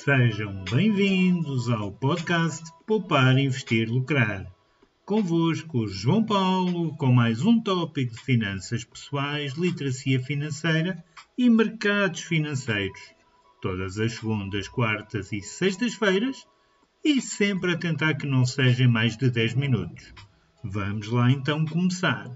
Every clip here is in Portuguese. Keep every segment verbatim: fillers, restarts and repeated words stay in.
Sejam bem-vindos ao podcast Poupar, Investir, Lucrar. Convosco, João Paulo, com mais um tópico de finanças pessoais, literacia financeira e mercados financeiros. Todas as segundas, quartas e sextas-feiras e sempre a tentar que não sejam mais de dez minutos. Vamos lá então começar.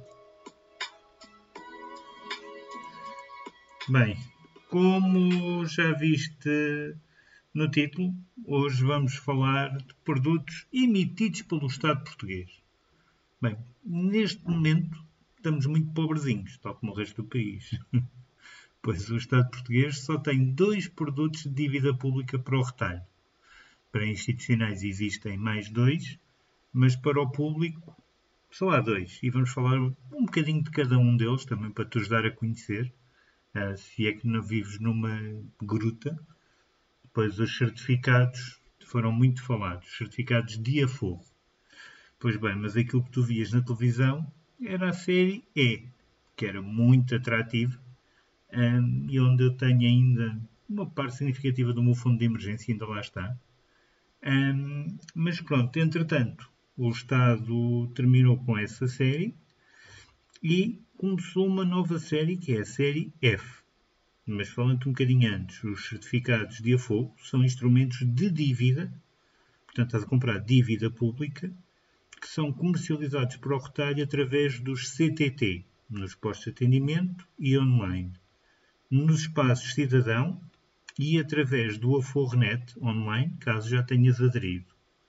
Bem, como já viste no título, hoje vamos falar de produtos emitidos pelo Estado português. Bem, neste momento estamos muito pobrezinhos, tal como o resto do país. Pois o Estado português só tem dois produtos de dívida pública para o retalho. Para institucionais existem mais dois, mas para o público só há dois. E vamos falar um bocadinho de cada um deles, também para te ajudar a conhecer, se é que não vives numa gruta. Pois os certificados foram muito falados, certificados de aforro. Pois bem, mas aquilo que tu vias na televisão era a série E, que era muito atrativa, um, e onde eu tenho ainda uma parte significativa do meu fundo de emergência, ainda lá está. Um, mas pronto, entretanto, o Estado terminou com essa série e começou uma nova série, que é a série F. Mas falando um bocadinho antes, os certificados de aforro são instrumentos de dívida, portanto estás a comprar dívida pública, que são comercializados para o retalho através dos C T T, nos postos de atendimento e online, nos espaços cidadão e através do AforroNet online, caso já tenhas aderido.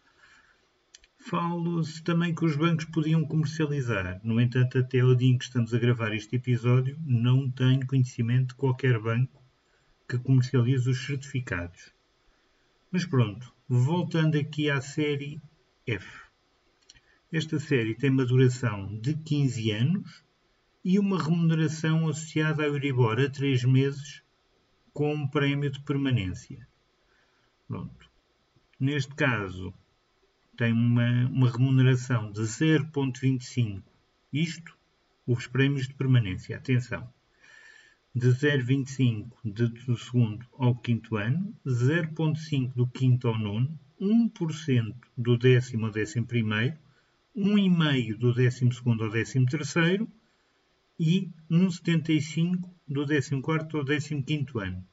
Falo-se também que os bancos podiam comercializar. No entanto, até ao dia em que estamos a gravar este episódio, não tenho conhecimento de qualquer banco que comercialize os certificados. Mas pronto, voltando aqui à série F. Esta série tem uma duração de quinze anos e uma remuneração associada ao Euribor a três meses com um prémio de permanência. Pronto. Neste caso, tem uma, uma remuneração de zero vírgula vinte e cinco. Isto, os prémios de permanência. Atenção. De zero vírgula vinte e cinco do segundo ao quinto ano, zero vírgula cinco do quinto ao nono, um por cento do décimo ao décimo primeiro, um vírgula cinco do décimo segundo ao décimo terceiro e um vírgula setenta e cinco do décimo quarto ao décimo quinto ano.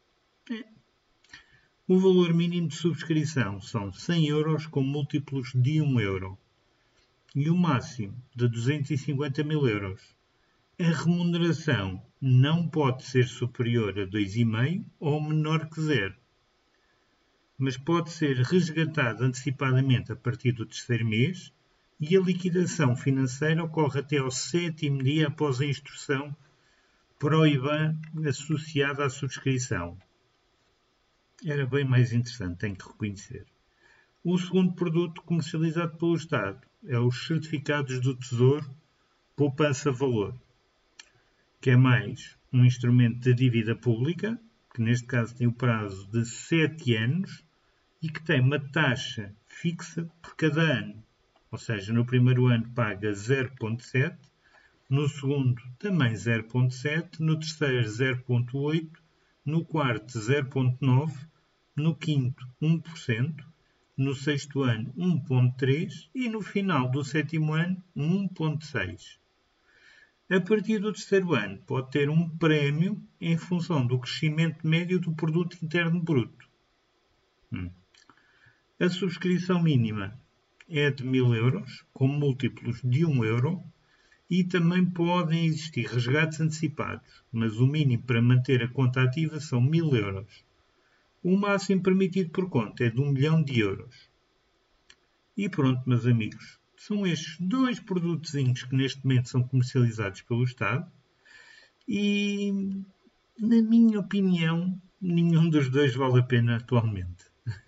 O valor mínimo de subscrição são cem euros com múltiplos de um euro e o máximo de duzentos e cinquenta mil euros. A remuneração não pode ser superior a dois vírgula cinco ou menor que zero, mas pode ser resgatada antecipadamente a partir do terceiro mês e a liquidação financeira ocorre até ao sétimo dia após a instrução para o I B A N associada à subscrição. Era bem mais interessante, tenho que reconhecer. O segundo produto comercializado pelo Estado é os certificados do Tesouro Poupança Valor, que é mais um instrumento de dívida pública, que neste caso tem o prazo de sete anos e que tem uma taxa fixa por cada ano. Ou seja, no primeiro ano paga zero vírgula sete, no segundo também zero vírgula sete, no terceiro zero vírgula oito, no quarto zero vírgula nove, no quinto um por cento, no sexto ano um vírgula três e no final do sétimo ano um vírgula seis. A partir do terceiro ano pode ter um prémio em função do crescimento médio do produto interno bruto. Hum. A subscrição mínima é de mil euros, com múltiplos de um euro, e também podem existir resgates antecipados, mas o mínimo para manter a conta ativa são mil euros. O máximo permitido por conta é de um milhão de euros. E pronto, meus amigos, são estes dois produtozinhos que neste momento são comercializados pelo Estado e, na minha opinião, nenhum dos dois vale a pena atualmente.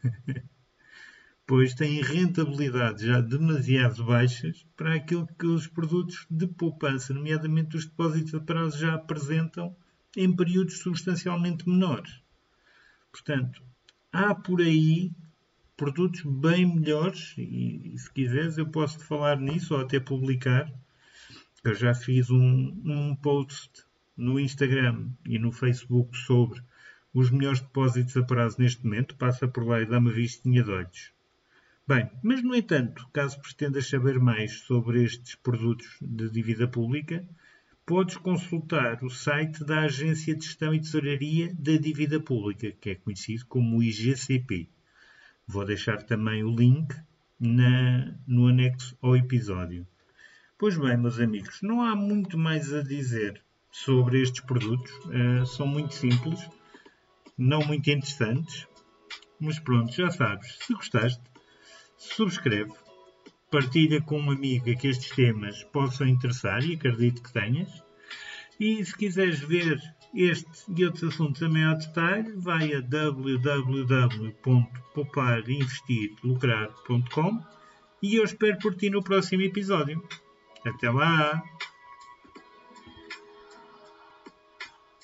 Pois têm rentabilidades já demasiado baixas para aquilo que os produtos de poupança, nomeadamente os depósitos a prazo, já apresentam em períodos substancialmente menores. Portanto, há por aí produtos bem melhores e, se quiseres, eu posso falar nisso ou até publicar. Eu já fiz um, um post no Instagram e no Facebook sobre os melhores depósitos a prazo neste momento, passa por lá e dá uma vistinha de olhos. Bem, mas no entanto, caso pretendas saber mais sobre estes produtos de dívida pública, podes consultar o site da Agência de Gestão e Tesouraria da Dívida Pública, que é conhecido como o I G C P. Vou deixar também o link na, no anexo ao episódio. Pois bem, meus amigos, não há muito mais a dizer sobre estes produtos. Uh, são muito simples, não muito interessantes, mas pronto, já sabes, se gostaste, subscreve, partilha com um amigo que estes temas possam interessar e acredito que tenhas. E se quiseres ver este e outros assuntos a maior detalhe, vai a w w w ponto poupar investir lucrar ponto com e eu espero por ti no próximo episódio. Até lá!